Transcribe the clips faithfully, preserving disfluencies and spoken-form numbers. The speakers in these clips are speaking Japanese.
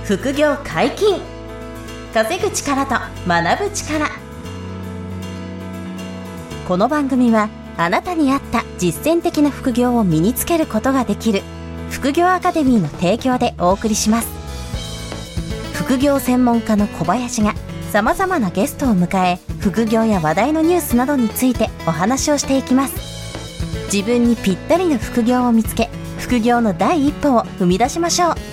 副業解禁。稼ぐ力と学ぶ力。この番組はあなたに合った実践的な副業を身につけることができる副業アカデミーの提供でお送りします。副業専門家の小林がさまざまなゲストを迎え、副業や話題のニュースなどについてお話をしていきます。自分にぴったりの副業を見つけ、副業の第一歩を踏み出しましょう。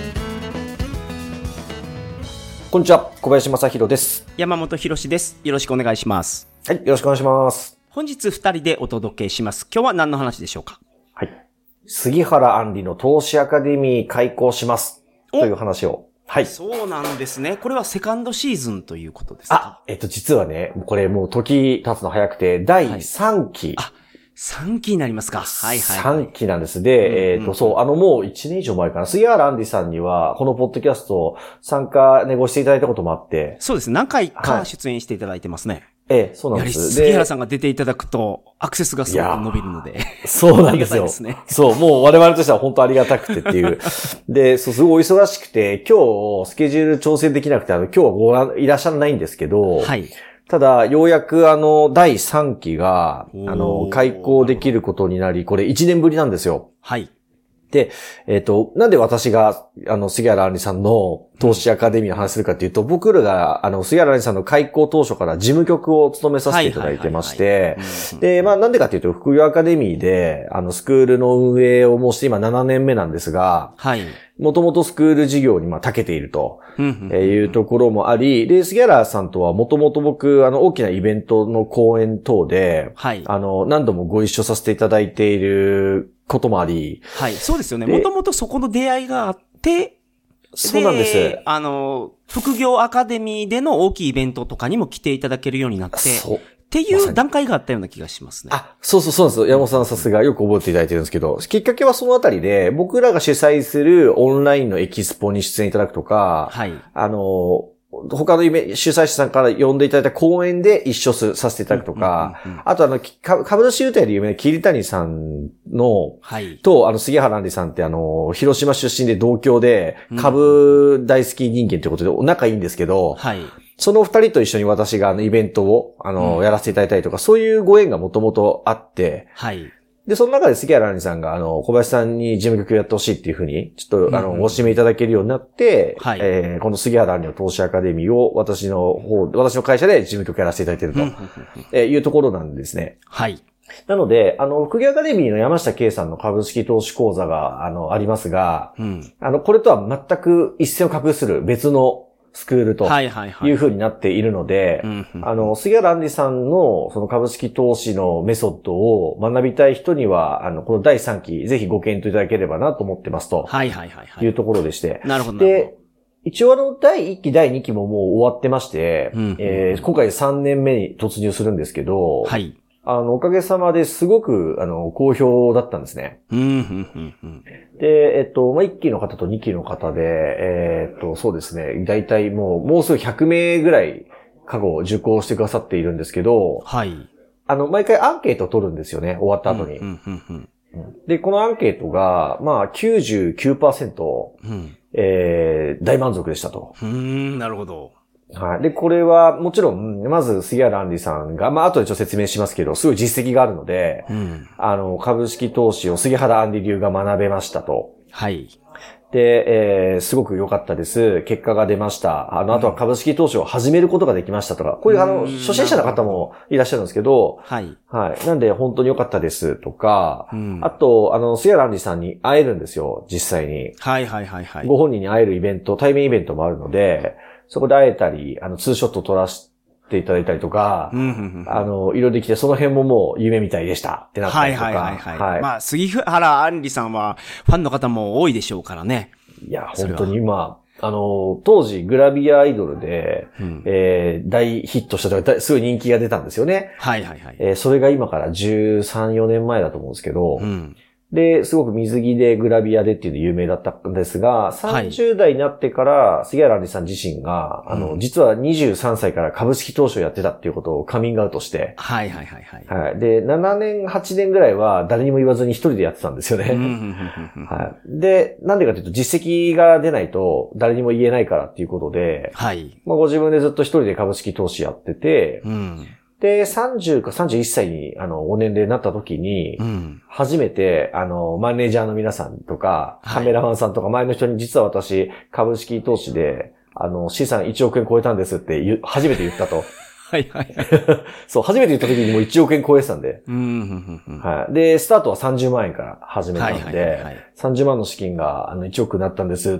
こんにちは、小林正弘です。 山本博史です。よろしくお願いします。 はい、よろしくお願いします。 本日ふたりでお届けします。今日は何の話でしょうか？ はい。杉原杏里の投資アカデミー開講します。という話を。はい。 そうなんですね。これはセカンドシーズンということですか？ あ、えっと、実はね、これもう時経つの早くて、だいさんき。 はい、あ、さんきになりますか。はいはい、はい。 さんきなんです。で、うんうん、えっと、そう、あのもういちねん以上前かな。杉原杏里さんには、このポッドキャスト参加ね、ごしていただいたこともあって。 そうです。何回か出演していただいてますね。はい、 ええ、そうなんです。 やはり杉原さんが出ていただくと、アクセスがすごく伸びるので。 そうなんですよ。 ですね、 そう、もう我々としては本当ありがたくてっていう。で、そう、すごい忙しくて、今日スケジュール調整できなくて、あの、今日はご覧いらっしゃらないんですけど、はい。ただ、ようやくあの、だいさんきが、あの、開講できることになり、これいちねんぶりなんですよ。 はい。 で、えっと、なんで私が、あの、杉原杏里さんの投資アカデミーの話するかというと、僕らが、あの、杉原杏里さんの開講当初から事務局を務めさせていただいてまして、で、まあ、なんでかというと、副業アカデミーで、あの、スクールの運営をもうして今ななねんめなんですが、はい。もともとスクール事業に、まあ、長けているというところもあり、で、杉原さんとはもともと僕、あの、大きなイベントの講演等で、はい。あの、何度もご一緒させていただいていることもあり。 はい、そうですよね。もともとそこの出会いがあって、 そうなんです。 あの、副業アカデミーでの大きいイベントとかにも来ていただけるようになって、そう。っていう段階があったような気がしますね。 あ、そうそうそうなんですよ。山本さんさすがよく覚えていただいてるんですけど、きっかけはそのあたりで、僕らが主催するオンラインのエキスポに出演いただくとか、はい。あの、他のイベ主催者さんから呼んでいただいた講演で一緒させていただくとか、うんうんうんうん、あとあの、株主優待で有名な桐谷さんの、はい。と、あの、杉原杏里さんってあの、広島出身で同郷で、株大好き人間ということで仲いいんですけど、はい。その二人と一緒に私があの、イベントを、あの、うん、やらせていただいたりとか、そういうご縁がもともとあって、はい。で、その中で杉原杏里さんが、あの、小林さんに事務局やってほしいっていうふうに、ちょっと、あの、ご指名いただけるようになって、はい。えー、この杉原杏里の投資アカデミーを私の方、私の会社で事務局やらせていただいていると、えー、いうところなんですね。はい。なので、あの、副業アカデミーの山下圭さんの株式投資講座が、あの、ありますが、うん。あの、これとは全く一線を画する別のスクールという風になっているので、あの、杉原杏里さんのその株式投資のメソッドを学びたい人には、あの、このだいさんき、ぜひご検討いただければなと思ってますと。はいはいはい。いうところでして。 なるほど。 で、一応あの、だいいっき、だいにきももう終わってまして、うん、えー、今回さんねんめに突入するんですけど、はい。あの、おかげさまですごく、あの、好評だったんですね。うん、うん、うん。で、えっと、まあ、いっきの方とにきの方で、えー、っと、そうですね、だいたいもう、もうすぐひゃくめいぐらい、過去受講してくださっているんですけど、はい。あの、毎回アンケートを取るんですよね、終わった後に。うん、うん、うん。で、このアンケートが、まあ、きゅうじゅうきゅうパーセント、うん、えー、大満足でしたと。 うーん、なるほど。 はい。で、これは、もちろん、まず、杉原杏里さんが、まあ、後でちょっと説明しますけど、すごい実績があるので、うん、あの、株式投資を杉原杏里流が学べましたと。はい。で、えー、すごく良かったです。結果が出ました。あの、あとは株式投資を始めることができましたとか、こういう、あの、初心者の方もいらっしゃるんですけど、はい。はい。なんで、本当に良かったですとか、うん、あと、あの、杉原杏里さんに会えるんですよ、実際に。はいはいはいはい。ご本人に会えるイベント、対面イベントもあるので、そこで会えたり、あの、ツーショットを撮らせていただいたりとか、うんうんうん、あの、いろいろできて、その辺ももう夢みたいでしたってなったりとか。はいはいはいはい。 はい、まあ、杉原杏里さんは、ファンの方も多いでしょうからね。 いや、本当に今、あの、当時、グラビアアイドルで、うん、えー、大ヒットしたとか、すごい人気が出たんですよね。はいはいはい。えー、それが今からじゅうさん、よねんまえだと思うんですけど、うんで、すごく水着でグラビアでっていうの有名だったんですが、さんじゅう代になってから、杉原杏里さん自身が、あの、うん、実はにじゅうさんさいから株式投資をやってたっていうことをカミングアウトして、 はいはいはいはい。 はい。で、ななねん、はちねんぐらいは誰にも言わずに一人でやってたんですよね。はい。で、なんでかというと実績が出ないと誰にも言えないからっていうことで、 はい。 まあご自分でずっと一人で株式投資やってて、 うん。 で、さんじゅうかさんじゅういっさいに、あの、お年齢になった時に、うん、初めて、あの、マネージャーの皆さんとか、カメラマンさんとか、前の人に実は私、株式投資で、あの、資産いちおくえん超えたんですって言う、初めて言ったと。 はいはい。 そう、初めて言った時にもういちおくえん超えてたんで。 うん、 はい。で、スタートはさんじゅうまんえんから始めたんで、 はいはいはいはい、 さんじゅうまんの資金があのいちおくになったんですって、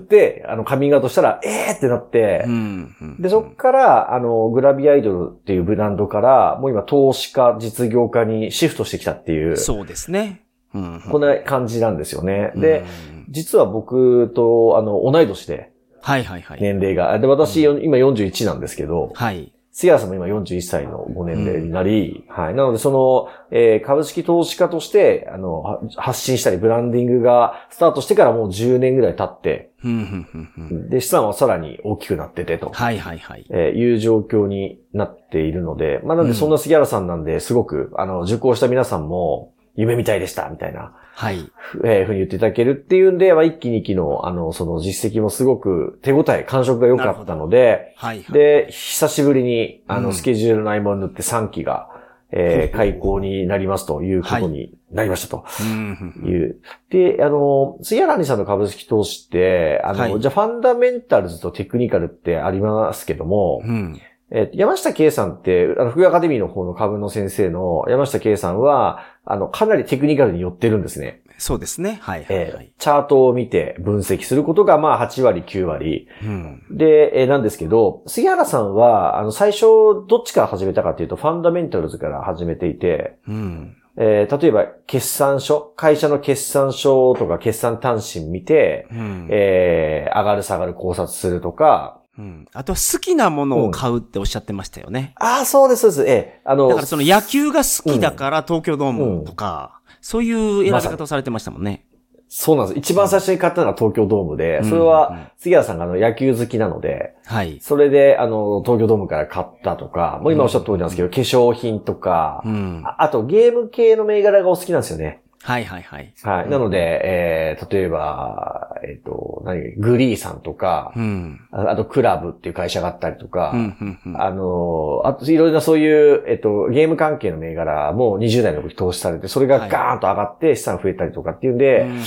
あの、カミングアウトしたら、えーってなって、 うんうん、 で、そっから、あの、グラビアアイドルっていうブランドから、もう今投資家、実業家にシフトしてきたっていう。 そうですね。うんうん、 こんな感じなんですよね。で、実は僕と、あの、同い年で、 はいはいはい。 年齢が。で、私、うん、今よんじゅういちなんですけど、 はい。 杉原さんも今よんじゅういっさいのご年齢になり、うん、はい。なので、その、えー、株式投資家として、あの、発信したり、ブランディングがスタートしてからもうじゅうねんぐらい経って、で、資産はさらに大きくなっててと。 はいはいはい。 えー、いう状況になっているので、まあ、なんでそんな杉原さんなんで、すごく、あの、受講した皆さんも、夢みたいでした、みたいな。 はい。 えー、ふうに言っていただけるっていうんで、まあ、一期二期の、あの、その実績もすごく手応え、感触が良かったので、 はいはい、 で、久しぶりに、あの、スケジュールの合間を縫ってさんきが、えー、開講になりますということになりましたと。いう。で、あの、杉原杏里さんの株式投資って、あの、はい、じゃあファンダメンタルズとテクニカルってありますけども、 うんえー、山下圭さんって、あの、福井アカデミーの方の株の先生の山下圭さんは、あの、かなりテクニカルに寄ってるんですね。 そうですね。はいはい、はい、 えー。チャートを見て分析することが、まあ、はちわり、きゅうわり。 うん、 で、えー、なんですけど、杉原さんは、あの、最初、どっちから始めたかっていうと、ファンダメンタルズから始めていて、 うんえー、例えば、決算書、会社の決算書とか決算単身見て、 うん、 えー、上がる下がる考察するとか、 うん。あとは好きなものを買うっておっしゃってましたよね。 うん、ああ、そうです、そうです。ええ。あの、 だからその野球が好きだから東京ドームとか、うん、そういう選び方をされてましたもんね。 そうなんです。一番最初に買ったのが東京ドームで、うん、それは杉原さんがあの野球好きなので、 はい。 それであの東京ドームから買ったとか、もう今おっしゃった通りなんですけど、うん、化粧品とか、 うん、 あ、あとゲーム系の銘柄がお好きなんですよね。 はいはいはい。 はい。うん、なので、えー、例えば、えっ、ー、と、何、グリーさんとか、 うん、 あ, あとクラブっていう会社があったりとか、 うんうんうん、 あの、あといろいろなそういう、えっ、ー、と、ゲーム関係の銘柄もにじゅう代の時投資されて、それがガーンと上がって資産増えたりとかっていうんで、 うんうんうん、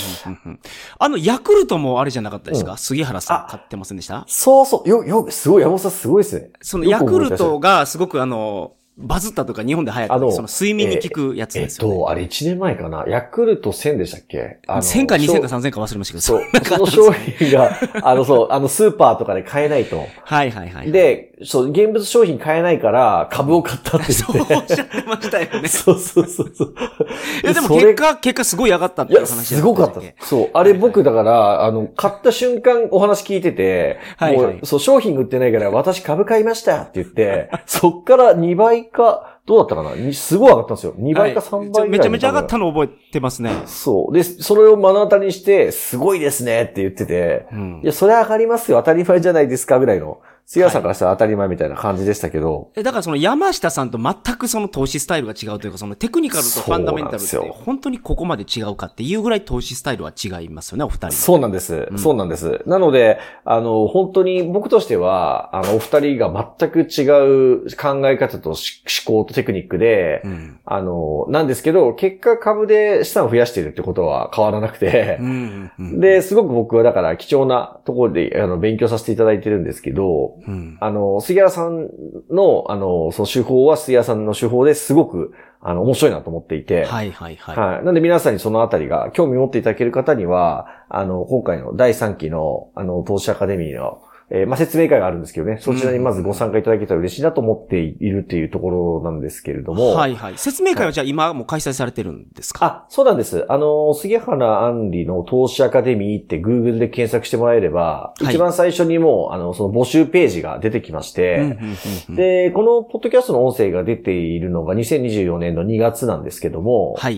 あの、ヤクルトもあれじゃなかったですか、うん、杉原さん買ってませんでした？ そうそう。よ、よ、すごい、山本さんすごいですね。 そのヤクルトがすごくあの、バズったとか日本で流行った、その睡眠に効くやつですよね。 えっと、あれいちねんまえかな。ヤクルトせんでしたっけ？あのせんかにせんかさんぜんか忘れましたけど。 そう。その商品が、あの、そう、あの、スーパーとかで買えないと。 はいはいはい。 で、そう、現物商品買えないから、株を買ったって言って。 そうおっしゃってましたよね。 そうそうそうそう。 え、でも結果、結果すごい上がったっていう話です。すごかった。そう。あれ僕だから、あの、買った瞬間お話聞いてて、 はいはい、 もう、そう、商品売ってないから私株買いましたって言って、そっからにばいか、どうだったかな？すごい上がったんですよ。にばいかさんばいぐらい、はい。 めちゃめちゃ上がったの覚えてますね。 そう。で、それを目の当たりにして、すごいですねって言ってて、うん、いや、それ上がりますよ。当たり前じゃないですかぐらいの。杉原さんからしたら当たり前みたいな感じでしたけど。 はい、え、だからその山下さんと全くその投資スタイルが違うというか、そのテクニカルとファンダメンタルって本当にここまで違うかっていうぐらい投資スタイルは違いますよね、お二人。 そうなんです。うん、そうなんです。なので、あの、本当に僕としては、あの、お二人が全く違う考え方と思考とテクニックで、うん、あの、なんですけど、結果株で資産を増やしているってことは変わらなくて、 うんうんうん、 で、すごく僕はだから貴重なところで、あの、勉強させていただいてるんですけど、 うん、 あの、杉原さんの、あの、その手法は杉原さんの手法ですごく、あの、面白いなと思っていて。 はいはいはい。 はい。なんで皆さんにそのあたりが興味持っていただける方には、あの、今回のだいさんきの、あの、投資アカデミーの、えー、まあ、説明会があるんですけどね。そちらにまずご参加いただけたら嬉しいなと思っているっていうところなんですけれども。 はいはい。説明会はじゃあ今も開催されてるんですか？ あ、そうなんです。あの、杉原杏里の投資アカデミーって Google で検索してもらえれば、はい、一番最初にもう、あの、その募集ページが出てきまして、で、このポッドキャストの音声が出ているのがにせんにじゅうよねんのにがつなんですけども、 はい。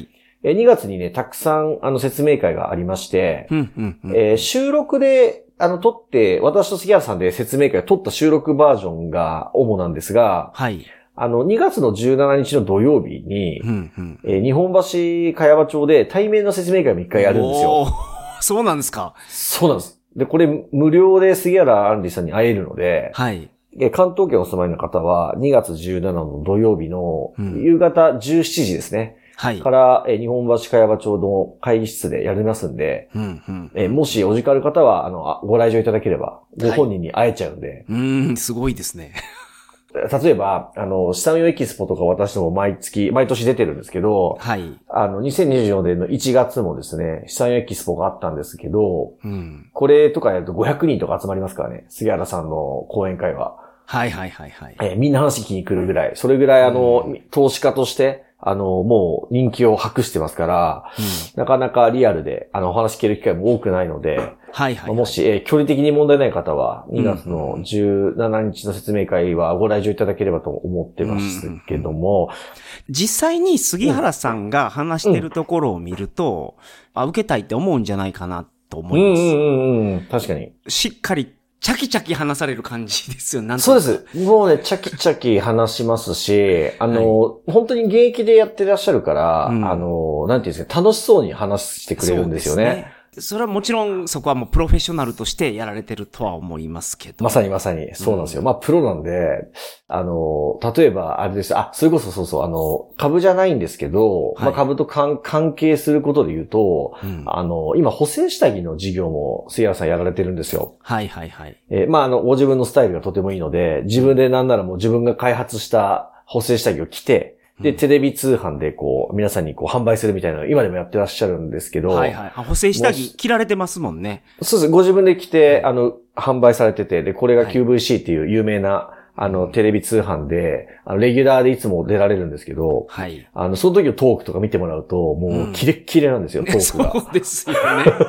にがつにね、たくさん、あの、説明会がありまして、 うんうんうん、 えー、収録で、あの、撮って、私と杉原さんで説明会を撮った収録バージョンが主なんですが、 はい。 あの、にがつのじゅうしちにちの土曜日に、 うんうんえー、日本橋茅場町で対面の説明会も一回やるんですよ。 そうなんですか。 そうなんです。で、これ無料で杉原杏里さんに会えるので、 はい。 関東圏お住まいの方はにがつじゅうしちにちの土曜日の夕方じゅうしちじですね。 はい。 から、え日本橋茅場町の会議室でやりますんで、 うんうんえもしお時間ある方は、あの、ご来場いただければ、ご本人に会えちゃうんで。はい、 うーん、すごいですね。 例えば、あの、資産運用エキスポとか私ども毎月、毎年出てるんですけど、 はい。 あの、にせんにじゅうよねんのいちがつもですね、資産運用エキスポがあったんですけど、 うん、 これとかやるとごひゃくにんとか集まりますからね、杉原さんの講演会は。 はいはいはいはい。 えー、みんな話聞きに来るぐらい、それぐらいあの、うん、投資家として、あの、もう人気を博してますから、うん、なかなかリアルで、あの、お話聞ける機会も多くないので、はいはいはい、もし、えー、距離的に問題ない方は、にがつのじゅうしちにちの説明会はご来場いただければと思ってますけども、 実際に杉原さんが話してるところを見ると、うん、あ、受けたいって思うんじゃないかなと思います。 うんうんうんうん、確かに。 しっかりチャキチャキ話される感じですよ、なんそうです。もうね、チャキチャキ話しますし、あの、はい、本当に現役でやってらっしゃるから、うん、あの、なんていうんですか、楽しそうに話してくれるんですよね。そうですね。 それはもちろんそこはもうプロフェッショナルとしてやられてるとは思いますけど。 まさにまさに、そうなんですよ。うん、まあ、プロなんで、あの、例えば、あれです。あ、それこそそうそう、あの、株じゃないんですけど、はい、まあ、株と関係することで言うと、うん、あの、今、補正下着の事業も杉原さんやられてるんですよ。 はいはいはい。 えー、まあ、あの、ご自分のスタイルがとてもいいので、自分でなんならもう自分が開発した補正下着を着て、で、テレビ通販でこう、皆さんにこう販売するみたいなのを今でもやってらっしゃるんですけど。 はいはい。補正下着着られてますもんね。 そうです。ご自分で着て、あの、販売されてて、で、これが キューブイシー っていう有名な、はい、あの、テレビ通販で、あの、レギュラーでいつも出られるんですけど、はい。あの、その時のトークとか見てもらうと、もう、キレッキレなんですよ、うん、トークが。 そうですよ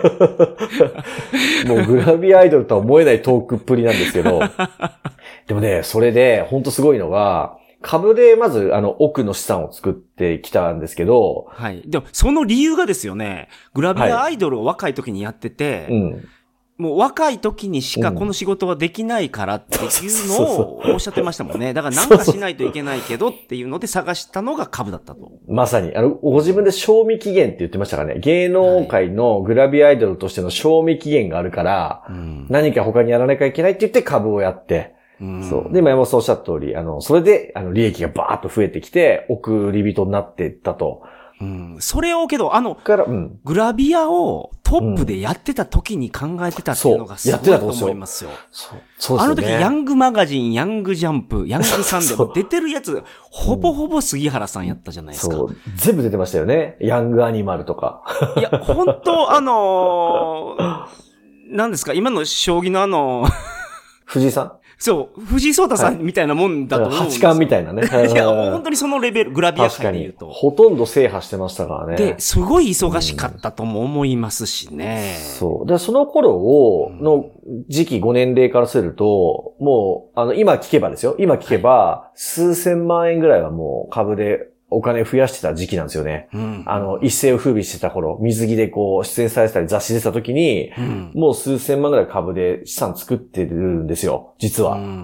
ね。もう、グラビアアイドルとは思えないトークっぷりなんですけど、でもね、それで、ほんとすごいのが、株でまず、あの、奥の資産を作ってきたんですけど。 はい。でも、その理由がですよね、グラビアアイドルを若い時にやってて、はい、うん、もう若い時にしかこの仕事はできないからっていうのをおっしゃってましたもんね。だからなんかしないといけないけどっていうので探したのが株だったと。 まさに、あの、ご自分で賞味期限って言ってましたからね。芸能界のグラビアアイドルとしての賞味期限があるから、はい、何か他にやらなきゃいけないって言って株をやって、うん、そう。で、今山本さんおっしゃった通り、あの、それで、あの、利益がバーッと増えてきて、送り人になっていったと。 うん。それをけど、あの、から、うん、グラビアをトップでやってた時に考えてたっていうのがすごいと思いますよ。 そう。そうですね。 あの時、ヤングマガジン、ヤングジャンプ、ヤングサンデーも出てるやつ、ほぼほぼ杉原さんやったじゃないですか。 そう。全部出てましたよね。ヤングアニマルとか。 いや、本当あのー、何ですか、今の将棋のあの、 藤井さんそう、藤井聡太さんみたいなもんだと思うんですよ。 八冠みたいなね。 いや、本当にそのレベル、グラビア界で言うと。 ほとんど制覇してましたからね。 で、すごい忙しかったとも思いますしね。 うん、そう。で、その頃を、の時期ご年齢からすると、もう、あの、今聞けばですよ。今聞けば、数千万円ぐらいはもう株で、お金増やしてた時期なんですよね。うん、あの、一世を風靡してた頃、水着でこう、出演されてたり雑誌出た時に、うん、もう数千万ぐらい株で資産作ってるんですよ、実は。うんうんうん、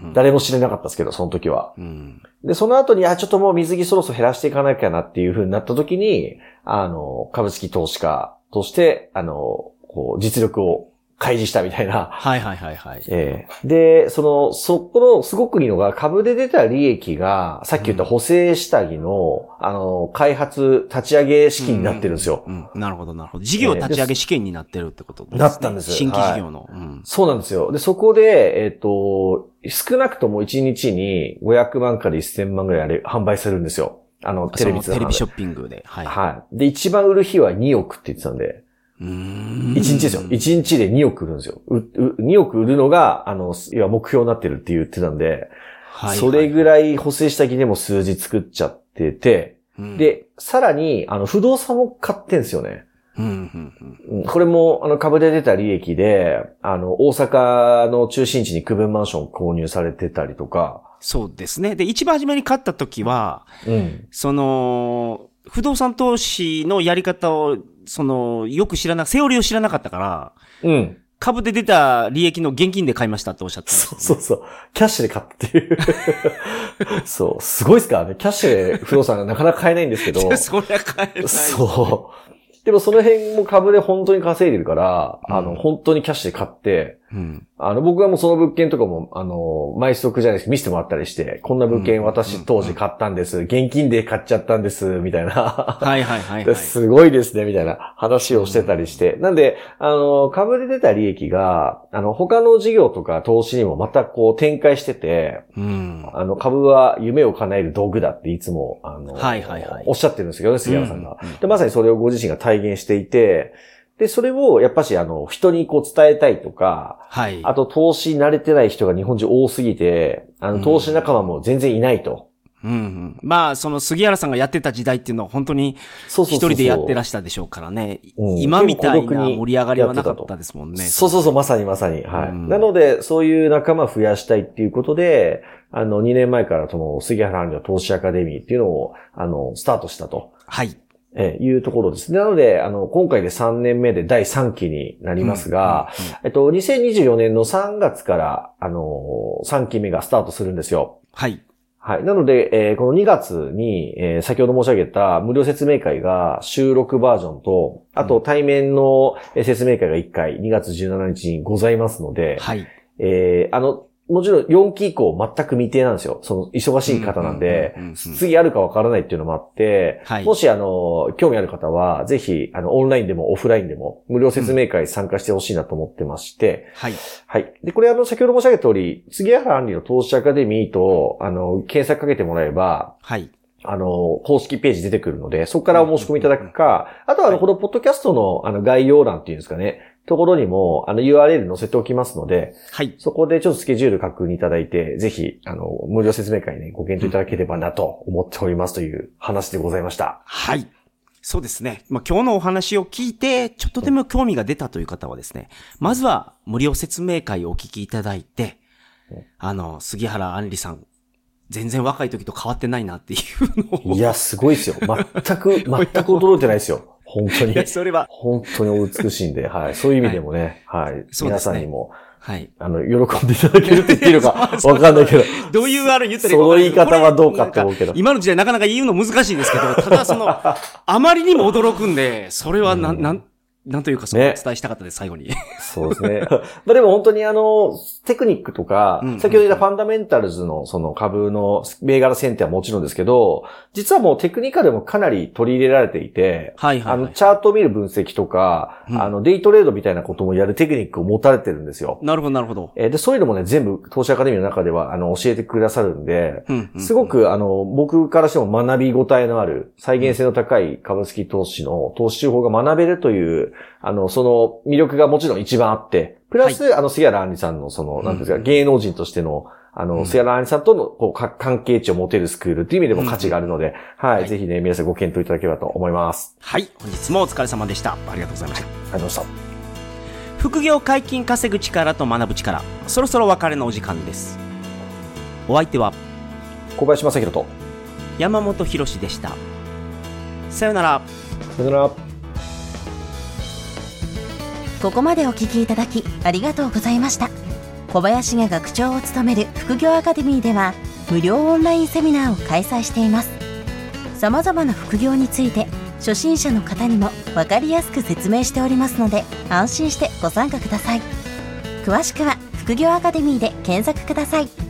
誰も知れなかったですけど、その時は。うん、で、その後に、あ、ちょっともう水着そろそろ減らしていかなきゃなっていう風になった時に、あの、株式投資家として、あの、こう、実力を開示したみたいな。 はいはいはいはい。 えー、で、その、そこのすごくいいのが、株で出た利益が、さっき言った補正下着の、うん、あの、開発、立ち上げ資金になってるんですよ。 うんうんうん、なるほどなるほど。事業立ち上げ資金になってるってことですね。 なったんです。 新規事業の、はいうん。そうなんですよ。で、そこで、えっと、少なくともいちにちにごひゃくまんからせんまんぐらいあれ販売するんですよ。あの、テレビ通販で。 テレビショッピングで。はい。 はい。で、一番売る日はにおくって言ってたんで。 うーんいちにちですよ。いちにちでにおく売るんですよ。う、う、におく売るのが、あの、いや、目標になってるって言ってたんで、はい、それぐらい補正下着でも数字作っちゃってて、うん、で、さらに、あの、不動産も買ってんですよね。 うんうんうん、これも、あの、株で出た利益で、あの、大阪の中心地に区分マンション購入されてたりとか。 そうですね。で、一番初めに買った時は、うん、その、 不動産投資のやり方を、その、よく知らな、セオリーを知らなかったから、うん。株で出た利益の現金で買いましたっておっしゃってました、ね。 そうそうそう。キャッシュで買ったっていう。そう。すごいですからね。キャッシュで不動産がなかなか買えないんですけど。 そりゃ買えない。 そう。でもその辺も株で本当に稼いでるから、うん、あの、本当にキャッシュで買って、うん、あの、僕はもうその物件とかも、あの、毎速じゃないですけど見せてもらったりして、こんな物件私当時買ったんです。現金で買っちゃったんです、みたいな。 はいはいはい、はい。 すごいですね、みたいな話をしてたりして。うん、なんで、あの、株で出た利益が、あの、他の事業とか投資にもまたこう展開してて、うん、あの、株は夢を叶える道具だっていつも、あの、はいはいはい、おっしゃってるんですけどね、杉山さんが、うんうん。で、まさにそれをご自身が体現していて、で、それを、やっぱし、あの、人にこう伝えたいとか、はい。あと、投資慣れてない人が日本中多すぎて、あの、投資仲間も全然いないと。 うん、うん。まあ、その杉原さんがやってた時代っていうのは本当に、一人でやってらしたでしょうからね。うん、今みたいな盛り上がりはなかったですもんね。 そうそうそう、まさにまさに。はい。うん、なので、そういう仲間増やしたいっていうことで、あの、にねんまえからその、杉原杏里の投資アカデミーっていうのを、あの、スタートしたと。はい。えー、いうところですね。なので、あの、今回でさんねんめでだいさんきになりますが、うんうんうん、えっと、にせんにじゅうよねんのさんがつから、あのー、さんきめがスタートするんですよ。はい。はい。なので、えー、このにがつに、えー、先ほど申し上げた無料説明会が収録バージョンと、あと対面の説明会がいっかい、にがつじゅうしちにちにございますので、はい。えー、あの、もちろんよんき以降全く未定なんですよ。その忙しい方なんで、次あるかわからないっていうのもあって、はい、もしあの、興味ある方は、ぜひ、あの、オンラインでもオフラインでも、無料説明会参加してほしいなと思ってまして、はい。はい。で、これあの、先ほど申し上げた通り、杉原杏里の投資アカデミーと、あの、検索かけてもらえば、はい。あの、公式ページ出てくるので、そこからお申し込みいただくか、あとはあの、このポッドキャストのあの、概要欄っていうんですかね、ところにも、あの ユーアールエル 載せておきますので、はい。そこでちょっとスケジュール確認いただいて、ぜひ、あの、無料説明会ね、ご検討いただければなと思っておりますという話でございました。 はい。そうですね。まあ、今日のお話を聞いて、ちょっとでも興味が出たという方はですね、まずは無料説明会をお聞きいただいて、あの、杉原杏里さん、全然若い時と変わってないなっていうのを。 いや、すごいですよ。全く、全く驚いてないですよ。本当に。いや、 それは。 本当にお美しいんで、はい。そういう意味でもね、はい。はい、皆さんにも、はい。あの、喜んでいただけるって言っていいのか、わかんないけど。 どういうあれ言ったらいいか。 その言い方はどうかって思うけど。 今の時代なかなか言うの難しいですけど、ただその、あまりにも驚くんで、それはなん、うん、なん、なんというか、そう、ね、お伝えしたかったです、最後に。 そうですね。まあでも本当にあの、テクニックとか、うんうんうん、先ほど言ったファンダメンタルズのその株の銘柄選定はもちろんですけど、実はもうテクニカルもかなり取り入れられていて、はいはいはい、あの、チャートを見る分析とか、うん、あの、デイトレードみたいなこともやるテクニックを持たれてるんですよ。 なるほど、なるほど。 えー、で、そういうのもね、全部投資アカデミーの中では、あの、教えてくださるんで、うんうんうん、すごくあの、僕からしても学び応えのある、再現性の高い株式投資の投資手法が学べるという、あの、その魅力がもちろん一番あって、プラス、はい、あの、杉原杏里さんのその、なんですか、うん、芸能人としての、あの、うん、杉原杏里さんとの、こう、関係値を持てるスクールっていう意味でも価値があるので、うん、はい、はい、ぜひね、皆さんご検討いただければと思います。 はい、本日もお疲れ様でした。ありがとうございました。 ありがとうございました。 副業解禁稼ぐ力と学ぶ力、そろそろお別れのお時間です。お相手は、 小林正弘と、 山本博史でした。さよなら。 さよなら。 ここまでお聞きいただきありがとうございました。小林が学長を務める副業アカデミーでは無料オンラインセミナーを開催しています。様々な副業について初心者の方にも分かりやすく説明しておりますので、安心してご参加ください。詳しくは副業アカデミーで検索ください。